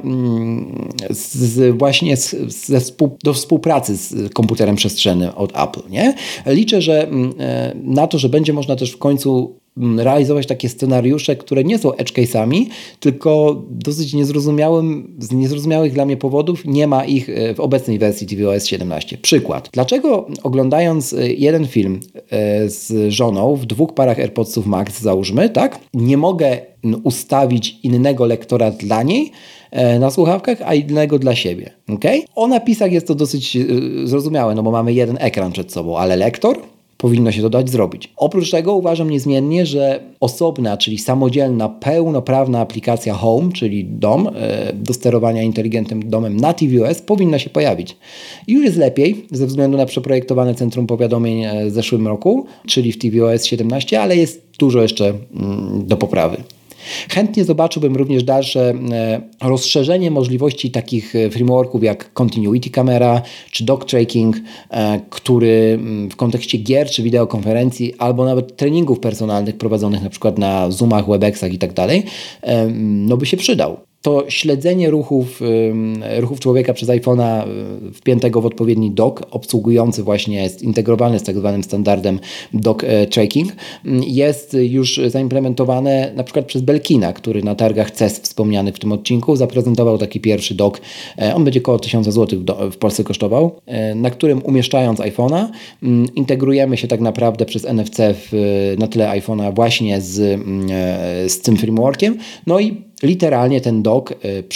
[SPEAKER 1] do współpracy z komputerem przestrzennym od Apple. Nie? Liczę, że na to, że będzie można też w końcu realizować takie scenariusze, które nie są edge case'ami, tylko dosyć z niezrozumiałych dla mnie powodów nie ma ich w obecnej wersji tvOS 17. Przykład. Dlaczego oglądając jeden film z żoną w 2 parach AirPodsów Max, załóżmy, tak, nie mogę ustawić innego lektora dla niej na słuchawkach, a innego dla siebie. Okay? O napisach jest to dosyć zrozumiałe, no bo mamy jeden ekran przed sobą, ale lektor powinno się to dać zrobić. Oprócz tego uważam niezmiennie, że osobna, czyli samodzielna, pełnoprawna aplikacja Home, czyli dom, do sterowania inteligentnym domem na tvOS powinna się pojawić. I już jest lepiej, ze względu na przeprojektowane centrum powiadomień w zeszłym roku, czyli w tvOS 17, ale jest dużo jeszcze do poprawy. Chętnie zobaczyłbym również dalsze rozszerzenie możliwości takich frameworków jak Continuity Camera czy Dog Tracking, który w kontekście gier czy wideokonferencji albo nawet treningów personalnych prowadzonych na przykład na Zoomach, Webexach i tak dalej, no by się przydał. To śledzenie ruchów człowieka przez iPhone'a wpiętego w odpowiedni dock, obsługujący właśnie, zintegrowany z tak zwanym standardem Dog Tracking, jest już zaimplementowane na przykład przez Belkina, który na targach CES wspomnianych w tym odcinku zaprezentował taki pierwszy dock. On będzie około 1000 zł w Polsce kosztował, na którym umieszczając iPhone'a integrujemy się tak naprawdę przez NFC na tle iPhone'a właśnie z tym frameworkiem. No i literalnie ten dock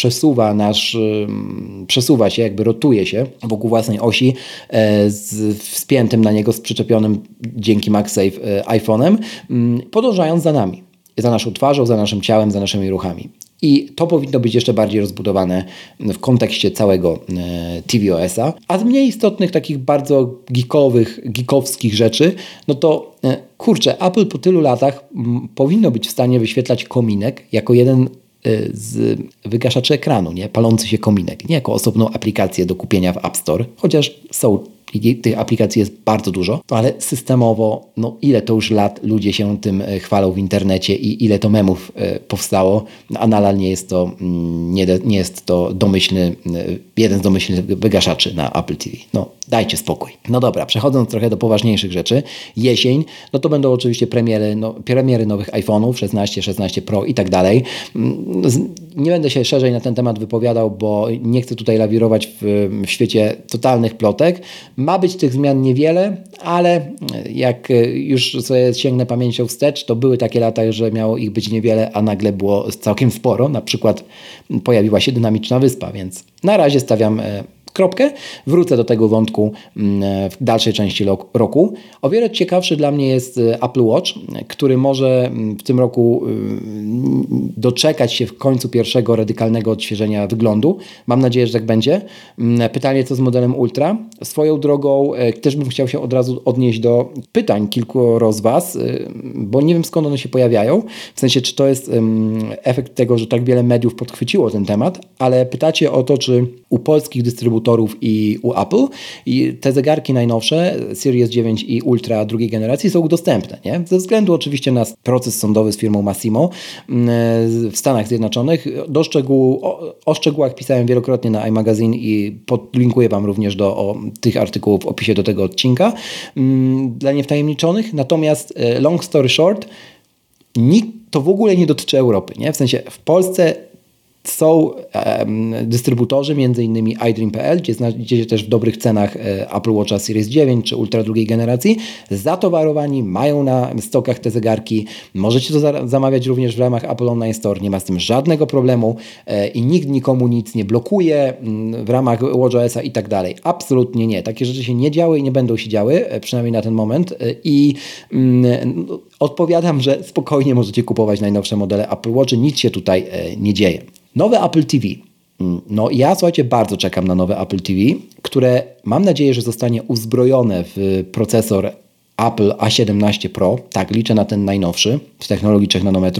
[SPEAKER 1] przesuwa się, jakby rotuje się wokół własnej osi z wspiętym na niego, z przyczepionym dzięki MagSafe iPhone'em, podążając za nami, za naszą twarzą, za naszym ciałem, za naszymi ruchami. I to powinno być jeszcze bardziej rozbudowane w kontekście całego tvOS-a. A z mniej istotnych, takich bardzo geekowskich rzeczy, no to kurczę, Apple po tylu latach powinno być w stanie wyświetlać kominek jako jeden z wygaszaczy ekranu, nie? Palący się kominek, nie jako osobną aplikację do kupienia w App Store, chociaż tych aplikacji jest bardzo dużo, ale systemowo, no ile to już lat ludzie się tym chwalą w internecie i ile to memów powstało, a nadal nie jest to jeden z domyślnych wygaszaczy na Apple TV. No, dajcie spokój. No dobra, przechodząc trochę do poważniejszych rzeczy, jesień, no to będą oczywiście premiery nowych iPhone'ów, 16, 16 Pro i tak dalej. Nie będę się szerzej na ten temat wypowiadał, bo nie chcę tutaj lawirować w świecie totalnych plotek. Ma być tych zmian niewiele, ale jak już sobie sięgnę pamięcią wstecz, to były takie lata, że miało ich być niewiele, a nagle było całkiem sporo. Na przykład pojawiła się dynamiczna wyspa, więc na razie stawiam kropkę. Wrócę do tego wątku w dalszej części roku. O wiele ciekawszy dla mnie jest Apple Watch, który może w tym roku doczekać się w końcu pierwszego radykalnego odświeżenia wyglądu. Mam nadzieję, że tak będzie. Pytanie, co z modelem Ultra? Swoją drogą też bym chciał się od razu odnieść do pytań kilkoro z Was, bo nie wiem, skąd one się pojawiają. W sensie, czy to jest efekt tego, że tak wiele mediów podchwyciło ten temat, ale pytacie o to, czy u polskich dystrybutorów i u Apple i te zegarki najnowsze, Series 9 i Ultra drugiej generacji są dostępne, nie? Ze względu oczywiście na proces sądowy z firmą Massimo w Stanach Zjednoczonych. O szczegółach pisałem wielokrotnie na iMagazine i podlinkuję Wam również do tych artykułów w opisie do tego odcinka dla niewtajemniczonych. Natomiast long story short, nikt to w ogóle nie dotyczy Europy, nie? W sensie w Polsce są dystrybutorzy, m.in. iDream.pl, gdzie znajdziecie też w dobrych cenach Apple Watcha Series 9 czy Ultra drugiej generacji. Zatowarowani, mają na stokach te zegarki. Możecie to zamawiać również w ramach Apple Online Store. Nie ma z tym żadnego problemu i nikt nikomu nic nie blokuje w ramach WatchOS-a i tak dalej. Absolutnie nie. Takie rzeczy się nie działy i nie będą się działy, przynajmniej na ten moment. I odpowiadam, że spokojnie możecie kupować najnowsze modele Apple Watch. Nic się tutaj nie dzieje. Nowe Apple TV. No ja, słuchajcie, bardzo czekam na nowe Apple TV, które mam nadzieję, że zostanie uzbrojone w procesor Apple A17 Pro. Tak, liczę na ten najnowszy w technologii 3 nanometrów.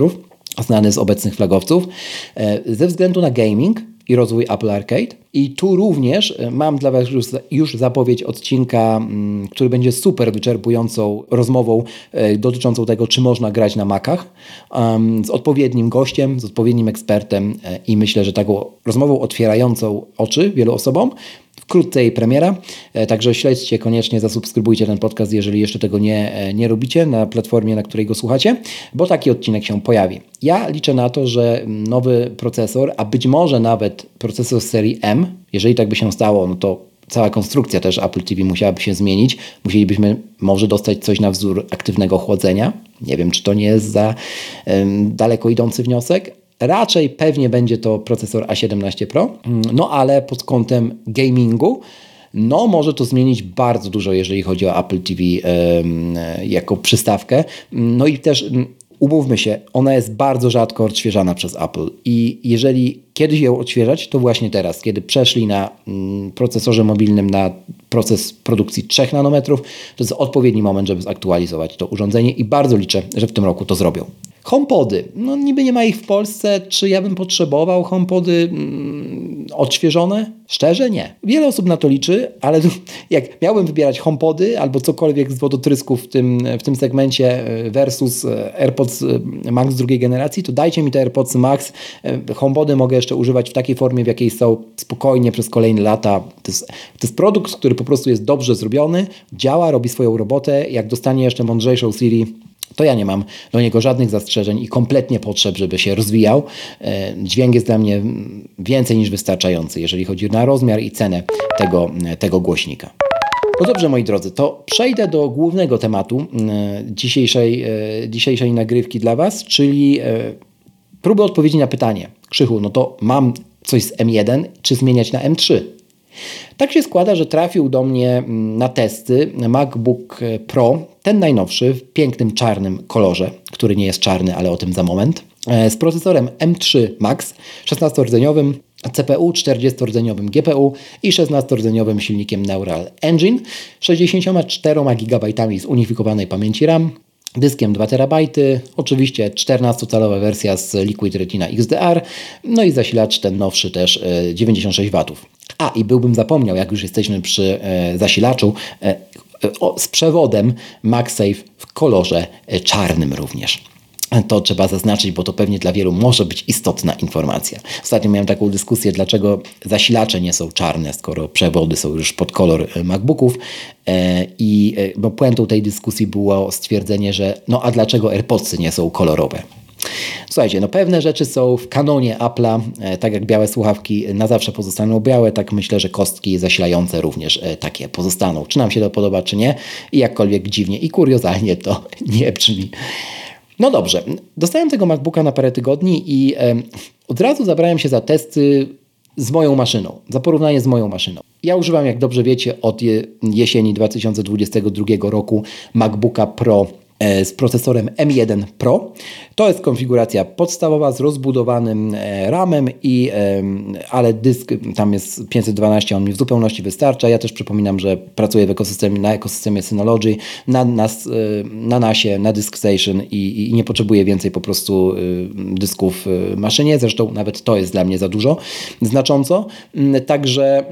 [SPEAKER 1] znany z obecnych flagowców, ze względu na gaming i rozwój Apple Arcade. I tu również mam dla Was już zapowiedź odcinka, który będzie super wyczerpującą rozmową dotyczącą tego, czy można grać na Macach, z odpowiednim gościem, z odpowiednim ekspertem i myślę, że taką rozmową otwierającą oczy wielu osobom. Wkrótce jej premiera, także śledźcie koniecznie, zasubskrybujcie ten podcast, jeżeli jeszcze tego nie robicie na platformie, na której go słuchacie, bo taki odcinek się pojawi. Ja liczę na to, że nowy procesor, a być może nawet procesor serii M, jeżeli tak by się stało, no to cała konstrukcja też Apple TV musiałaby się zmienić. Musielibyśmy może dostać coś na wzór aktywnego chłodzenia. Nie wiem, czy to nie jest za daleko idący wniosek. Raczej pewnie będzie to procesor A17 Pro, no ale pod kątem gamingu, no może to zmienić bardzo dużo, jeżeli chodzi o Apple TV jako przystawkę. No i też umówmy się, ona jest bardzo rzadko odświeżana przez Apple i jeżeli kiedyś ją odświeżać, to właśnie teraz, kiedy przeszli na procesorze mobilnym na proces produkcji 3 nanometrów, to jest odpowiedni moment, żeby zaktualizować to urządzenie i bardzo liczę, że w tym roku to zrobią. HomePody. No niby nie ma ich w Polsce. Czy ja bym potrzebował HomePody odświeżone? Szczerze nie. Wiele osób na to liczy, ale jak miałbym wybierać HomePody albo cokolwiek z wodotrysków w tym segmencie versus AirPods Max drugiej generacji, to dajcie mi te AirPods Max. HomePody mogę jeszcze używać w takiej formie, w jakiej są spokojnie przez kolejne lata. To jest produkt, który po prostu jest dobrze zrobiony, działa, robi swoją robotę. Jak dostanie jeszcze mądrzejszą Siri, to ja nie mam do niego żadnych zastrzeżeń i kompletnie potrzeb, żeby się rozwijał. Dźwięk jest dla mnie więcej niż wystarczający, jeżeli chodzi na rozmiar i cenę tego głośnika. No dobrze, moi drodzy, to przejdę do głównego tematu dzisiejszej nagrywki dla Was, czyli próby odpowiedzi na pytanie. Krzychu, no to mam coś z M1, czy zmieniać na M3? Tak się składa, że trafił do mnie na testy MacBook Pro, ten najnowszy, w pięknym czarnym kolorze, który nie jest czarny, ale o tym za moment, z procesorem M3 Max, 16-rdzeniowym CPU, 40-rdzeniowym GPU i 16-rdzeniowym silnikiem Neural Engine, 64 GB zunifikowanej pamięci RAM, dyskiem 2 TB, oczywiście 14-calowa wersja z Liquid Retina XDR, no i zasilacz ten nowszy też 96 W. A i zapomniał, jak już jesteśmy przy zasilaczu, z przewodem MagSafe w kolorze czarnym również. To trzeba zaznaczyć, bo to pewnie dla wielu może być istotna informacja. Ostatnio miałem taką dyskusję, dlaczego zasilacze nie są czarne, skoro przewody są już pod kolor MacBooków. Bo puentą tej dyskusji było stwierdzenie, że no a dlaczego AirPodsy nie są kolorowe? Słuchajcie, no pewne rzeczy są w kanonie Apple'a, tak jak białe słuchawki na zawsze pozostaną białe, tak myślę, że kostki zasilające również takie pozostaną. Czy nam się to podoba, czy nie? I jakkolwiek dziwnie i kuriozalnie to nie brzmi. No dobrze, dostałem tego MacBooka na parę tygodni i od razu zabrałem się za testy z moją maszyną, za porównanie z moją maszyną. Ja używam, jak dobrze wiecie, od jesieni 2022 roku MacBooka Pro z procesorem M1 Pro. To jest konfiguracja podstawowa z rozbudowanym RAM-em, ale dysk tam jest 512, on mi w zupełności wystarcza. Ja też przypominam, że pracuję na ekosystemie Synology, na NASie, na DiskStation i nie potrzebuję więcej po prostu dysków w maszynie. Zresztą nawet to jest dla mnie za dużo, znacząco. Także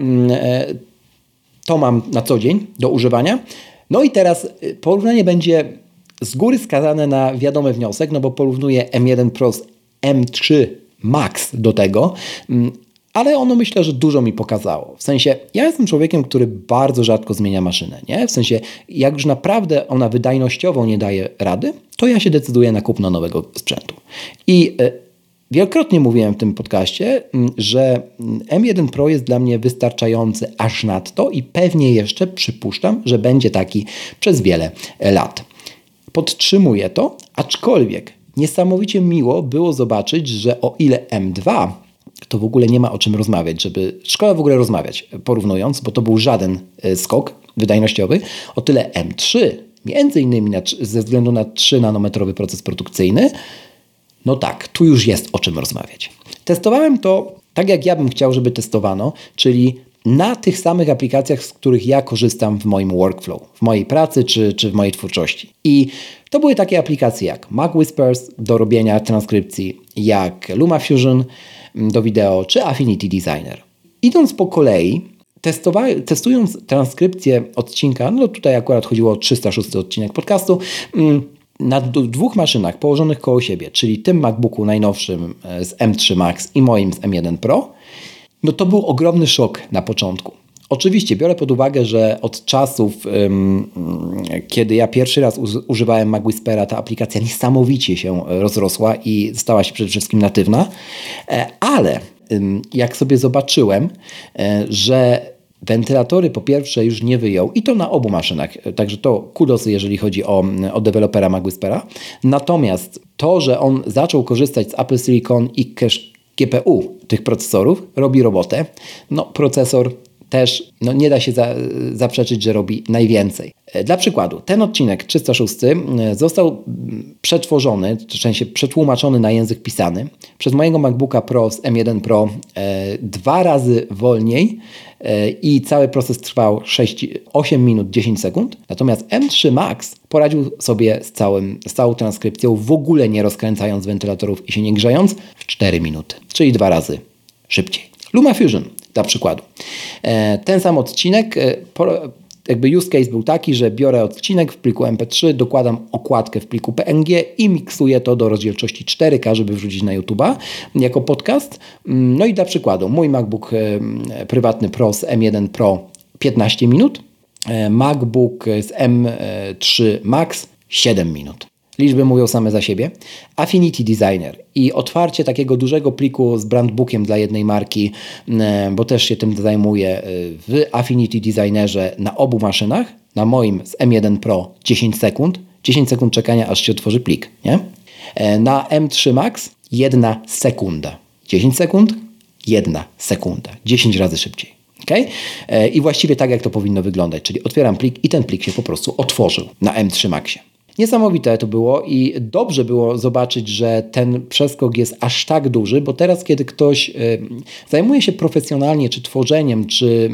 [SPEAKER 1] to mam na co dzień do używania. No i teraz porównanie będzie z góry skazane na wiadomy wniosek, no bo porównuję M1 Pro z M3 Max do tego, ale ono myślę, że dużo mi pokazało. W sensie, ja jestem człowiekiem, który bardzo rzadko zmienia maszynę, nie? W sensie, jak już naprawdę ona wydajnościowo nie daje rady, to ja się decyduję na kupno nowego sprzętu. I wielokrotnie mówiłem w tym podcaście, że M1 Pro jest dla mnie wystarczający aż nadto i pewnie jeszcze przypuszczam, że będzie taki przez wiele lat. Podtrzymuję to, aczkolwiek niesamowicie miło było zobaczyć, że o ile M2 to w ogóle nie ma o czym rozmawiać, szkoda w ogóle rozmawiać porównując, bo to był żaden skok wydajnościowy, o tyle M3, między innymi ze względu na 3-nanometrowy proces produkcyjny, no tak, tu już jest o czym rozmawiać. Testowałem to tak, jak ja bym chciał, żeby testowano, czyli na tych samych aplikacjach, z których ja korzystam w moim workflow, w mojej pracy czy w mojej twórczości. I to były takie aplikacje jak MagWhispers do robienia transkrypcji, jak LumaFusion do wideo, czy Affinity Designer. Idąc po kolei, testując transkrypcję odcinka, no tutaj akurat chodziło o 306 odcinek podcastu, na dwóch maszynach położonych koło siebie, czyli tym MacBooku najnowszym z M3 Max i moim z M1 Pro, no to był ogromny szok na początku. Oczywiście biorę pod uwagę, że od czasów, kiedy ja pierwszy raz używałem MagWhispera, ta aplikacja niesamowicie się rozrosła i stała się przede wszystkim natywna, ale jak sobie zobaczyłem, że wentylatory po pierwsze już nie wyjął i to na obu maszynach, także to kudosy, jeżeli chodzi o dewelopera MagWhispera. Natomiast to, że on zaczął korzystać z Apple Silicon i GPU tych procesorów, robi robotę. No procesor też nie da się zaprzeczyć, że robi najwięcej. Dla przykładu, ten odcinek 306 został przetworzony, w sensie przetłumaczony na język pisany przez mojego MacBooka Pro z M1 Pro 2 razy wolniej i cały proces trwał 8 minut 10 sekund. Natomiast M3 Max poradził sobie z całą transkrypcją, w ogóle nie rozkręcając wentylatorów i się nie grzejąc, w 4 minuty, czyli 2 razy szybciej. LumaFusion dla przykładu. Ten sam odcinek, jakby use case był taki, że biorę odcinek w pliku MP3, dokładam okładkę w pliku PNG i miksuję to do rozdzielczości 4K, żeby wrzucić na YouTube'a jako podcast. No i dla przykładu, mój MacBook prywatny Pro z M1 Pro 15 minut, MacBook z M3 Max 7 minut. Liczby mówią same za siebie. Affinity Designer i otwarcie takiego dużego pliku z brandbookiem dla jednej marki, bo też się tym zajmuję w Affinity Designerze na obu maszynach. Na moim z M1 Pro 10 sekund. 10 sekund czekania, aż się otworzy plik. Nie? Na M3 Max 1 sekunda. 10 sekund, 1 sekunda. 10 razy szybciej. Okay? I właściwie tak, jak to powinno wyglądać. Czyli otwieram plik i ten plik się po prostu otworzył na M3 Maxie. Niesamowite to było i dobrze było zobaczyć, że ten przeskok jest aż tak duży, bo teraz, kiedy ktoś zajmuje się profesjonalnie czy tworzeniem, czy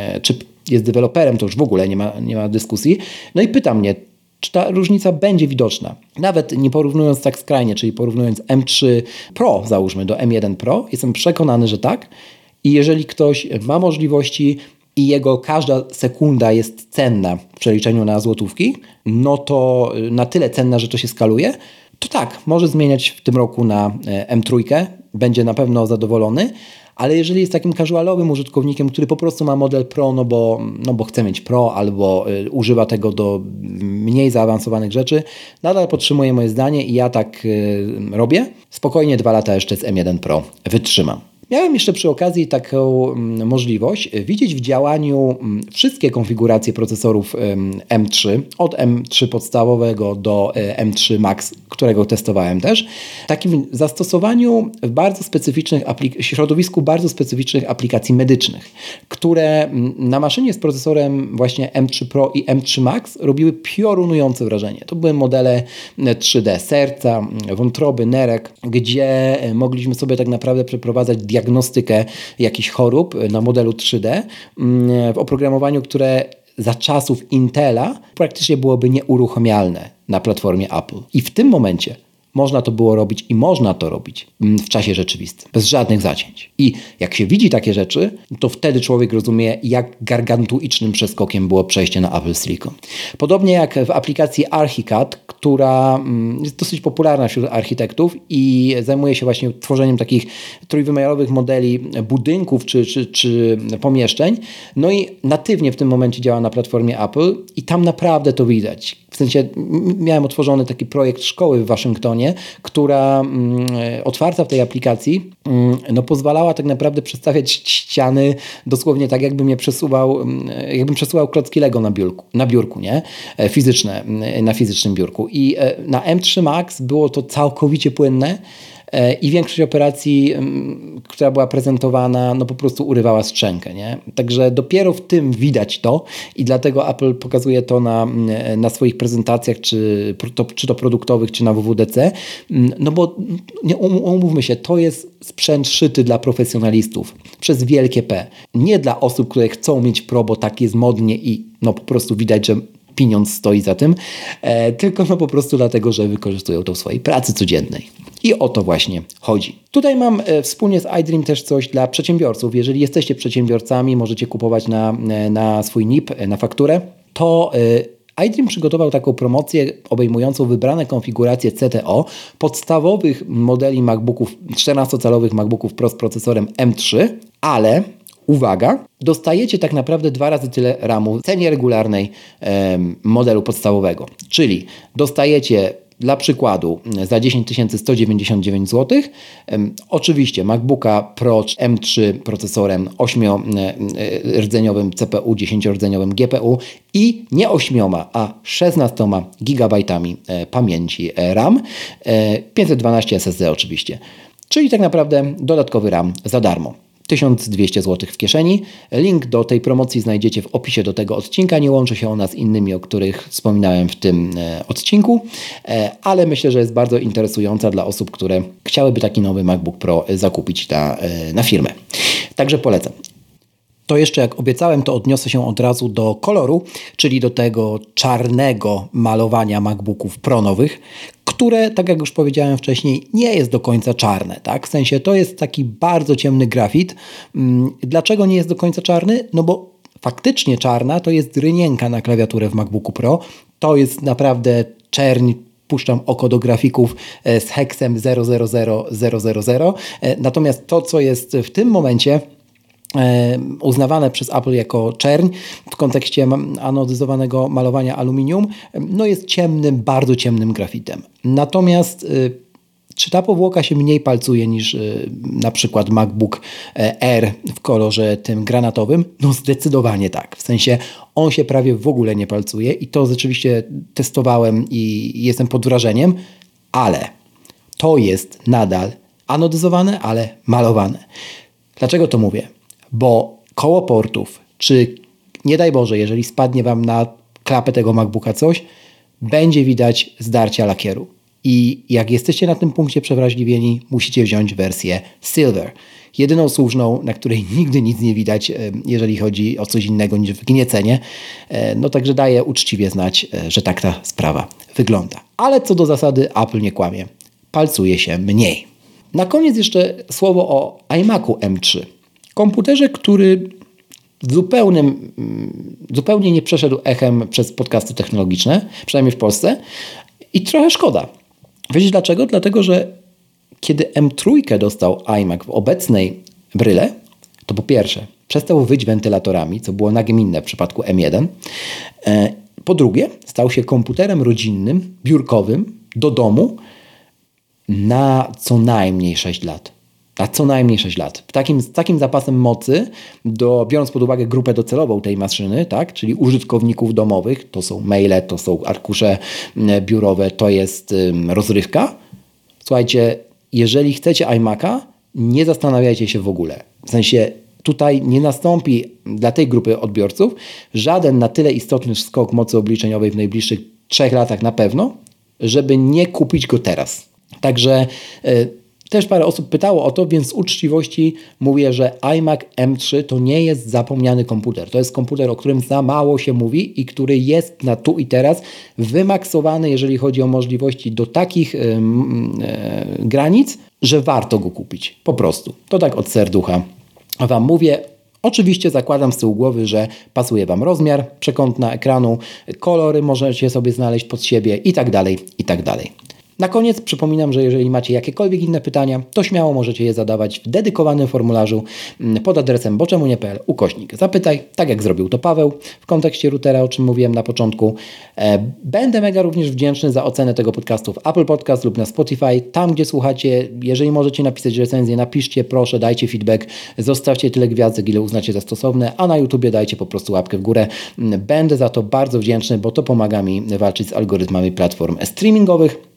[SPEAKER 1] jest deweloperem, to już w ogóle nie ma dyskusji, no i pyta mnie, czy ta różnica będzie widoczna. Nawet nie porównując tak skrajnie, czyli porównując M3 Pro, załóżmy, do M1 Pro, jestem przekonany, że tak. I jeżeli ktoś ma możliwości i jego każda sekunda jest cenna w przeliczeniu na złotówki, no to na tyle cenna, że to się skaluje, to tak, może zmieniać w tym roku na M3, będzie na pewno zadowolony, ale jeżeli jest takim casualowym użytkownikiem, który po prostu ma model Pro, no bo chce mieć Pro albo używa tego do mniej zaawansowanych rzeczy, nadal podtrzymuję moje zdanie i ja tak robię. Spokojnie 2 lata jeszcze z M1 Pro wytrzymam. Miałem jeszcze przy okazji taką możliwość widzieć w działaniu wszystkie konfiguracje procesorów M3, od M3 podstawowego do M3 Max, którego testowałem też, w takim zastosowaniu w bardzo specyficznych środowisku bardzo specyficznych aplikacji medycznych, które na maszynie z procesorem właśnie M3 Pro i M3 Max robiły piorunujące wrażenie. To były modele 3D serca, wątroby, nerek, gdzie mogliśmy sobie tak naprawdę przeprowadzać diagnostykę jakichś chorób na modelu 3D w oprogramowaniu, które za czasów Intela praktycznie byłoby nieuruchamialne na platformie Apple. I w tym momencie można to było robić i można to robić w czasie rzeczywistym, bez żadnych zacięć. I jak się widzi takie rzeczy, to wtedy człowiek rozumie, jak gargantuicznym przeskokiem było przejście na Apple Silicon. Podobnie jak w aplikacji Archicad, która jest dosyć popularna wśród architektów i zajmuje się właśnie tworzeniem takich trójwymiarowych modeli budynków czy pomieszczeń. No i natywnie w tym momencie działa na platformie Apple i tam naprawdę to widać. W sensie miałem otworzony taki projekt szkoły w Waszyngtonie, która otwarta w tej aplikacji pozwalała tak naprawdę przedstawiać ściany dosłownie tak, jakbym przesuwał klocki Lego na biurku, nie? Fizyczne, na fizycznym biurku. I na M3 Max było to całkowicie płynne. i większość operacji, która była prezentowana, no po prostu urywała szczękę, nie? Także dopiero w tym widać to i dlatego Apple pokazuje to na swoich prezentacjach, czy to produktowych, czy na WWDC, no bo umówmy się, to jest sprzęt szyty dla profesjonalistów przez wielkie P. Nie dla osób, które chcą mieć Pro, bo tak jest modnie i no po prostu widać, że pieniądz stoi za tym, tylko no po prostu dlatego, że wykorzystują to w swojej pracy codziennej. I o to właśnie chodzi. Tutaj mam wspólnie z iDream też coś dla przedsiębiorców. Jeżeli jesteście przedsiębiorcami, możecie kupować na swój NIP, na fakturę, to iDream przygotował taką promocję obejmującą wybrane konfiguracje CTO podstawowych modeli MacBooków, 14-calowych MacBooków Pro z procesorem M3, ale uwaga, dostajecie tak naprawdę 2 razy tyle RAMu w cenie regularnej modelu podstawowego. Czyli dostajecie dla przykładu za 10 199 zł oczywiście MacBooka Pro M3 procesorem 8-rdzeniowym CPU, 10-rdzeniowym GPU i nie 8, a 16 GB pamięci RAM, 512 SSD oczywiście. Czyli tak naprawdę dodatkowy RAM za darmo. 1200 zł w kieszeni. Link do tej promocji znajdziecie w opisie do tego odcinka. Nie łączy się ona z innymi, o których wspominałem w tym odcinku, ale myślę, że jest bardzo interesująca dla osób, które chciałyby taki nowy MacBook Pro zakupić na firmę. Także polecam. To jeszcze, jak obiecałem, to odniosę się od razu do koloru, czyli do tego czarnego malowania MacBooków Pro nowych, które, tak jak już powiedziałem wcześniej, nie jest do końca czarne. Tak? W sensie to jest taki bardzo ciemny grafit. Dlaczego nie jest do końca czarny? No bo faktycznie czarna to jest rynienka na klawiaturę w MacBooku Pro. To jest naprawdę czerń. Puszczam oko do grafików z heksem 000000. Natomiast to, co jest w tym momencie uznawane przez Apple jako czerń w kontekście anodyzowanego malowania aluminium, no jest ciemnym, bardzo ciemnym grafitem. Natomiast czy ta powłoka się mniej palcuje niż na przykład MacBook Air w kolorze tym granatowym? No zdecydowanie tak. W sensie on się prawie w ogóle nie palcuje i to rzeczywiście testowałem i jestem pod wrażeniem, ale to jest nadal anodyzowane, ale malowane. Dlaczego to mówię? Bo koło portów, czy nie daj Boże, jeżeli spadnie Wam na klapę tego MacBooka coś, będzie widać zdarcia lakieru. I jak jesteście na tym punkcie przewrażliwieni, musicie wziąć wersję Silver. Jedyną słuszną, na której nigdy nic nie widać, jeżeli chodzi o coś innego niż wgniecenie. No także daję uczciwie znać, że tak ta sprawa wygląda. Ale co do zasady Apple nie kłamie. Palcuje się mniej. Na koniec jeszcze słowo o iMacu M3. Komputerze, który zupełnie nie przeszedł echem przez podcasty technologiczne, przynajmniej w Polsce. I trochę szkoda. Wiecie dlaczego? Dlatego, że kiedy M3 dostał iMac w obecnej bryle, to po pierwsze przestał wyć wentylatorami, co było nagminne w przypadku M1. Po drugie, stał się komputerem rodzinnym, biurkowym, do domu na co najmniej 6 lat. A co najmniej 6 lat. Z takim zapasem mocy, biorąc pod uwagę grupę docelową tej maszyny, tak, czyli użytkowników domowych, to są maile, to są arkusze biurowe, to jest rozrywka. Słuchajcie, jeżeli chcecie iMaca, nie zastanawiajcie się w ogóle. W sensie tutaj nie nastąpi dla tej grupy odbiorców żaden na tyle istotny skok mocy obliczeniowej w najbliższych 3 latach na pewno, żeby nie kupić go teraz. Także też parę osób pytało o to, więc z uczciwości mówię, że iMac M3 to nie jest zapomniany komputer. To jest komputer, o którym za mało się mówi i który jest na tu i teraz wymaksowany, jeżeli chodzi o możliwości do takich granic, że warto go kupić. Po prostu. To tak od serducha Wam mówię. Oczywiście zakładam z tyłu głowy, że pasuje Wam rozmiar przekątna ekranu, kolory możecie sobie znaleźć pod siebie i tak dalej, i tak dalej. Na koniec przypominam, że jeżeli macie jakiekolwiek inne pytania, to śmiało możecie je zadawać w dedykowanym formularzu pod adresem boczemunie.pl/zapytaj, tak jak zrobił to Paweł w kontekście routera, o czym mówiłem na początku. Będę mega również wdzięczny za ocenę tego podcastu w Apple Podcast lub na Spotify, tam gdzie słuchacie. Jeżeli możecie napisać recenzję, napiszcie, proszę, dajcie feedback, zostawcie tyle gwiazdek, ile uznacie za stosowne, a na YouTubie dajcie po prostu łapkę w górę. Będę za to bardzo wdzięczny, bo to pomaga mi walczyć z algorytmami platform streamingowych.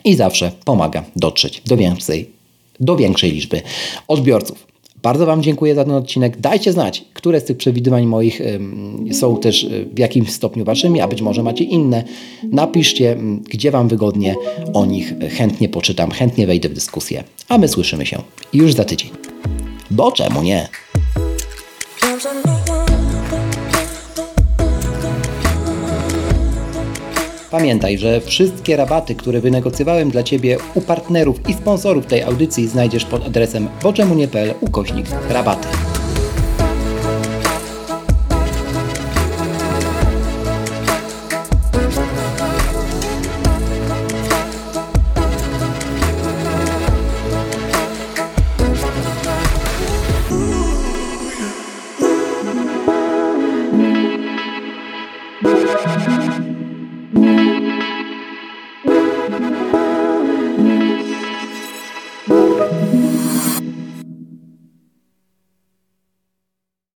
[SPEAKER 1] i zawsze pomaga dotrzeć do większej liczby odbiorców. Bardzo Wam dziękuję za ten odcinek. Dajcie znać, które z tych przewidywań moich są też w jakimś stopniu Waszymi, a być może macie inne. Napiszcie, gdzie Wam wygodnie, o nich chętnie poczytam, chętnie wejdę w dyskusję. A my słyszymy się już za tydzień. Bo czemu nie? Pamiętaj, że wszystkie rabaty, które wynegocjowałem dla Ciebie u partnerów i sponsorów tej audycji znajdziesz pod adresem boczemunie.pl/rabaty.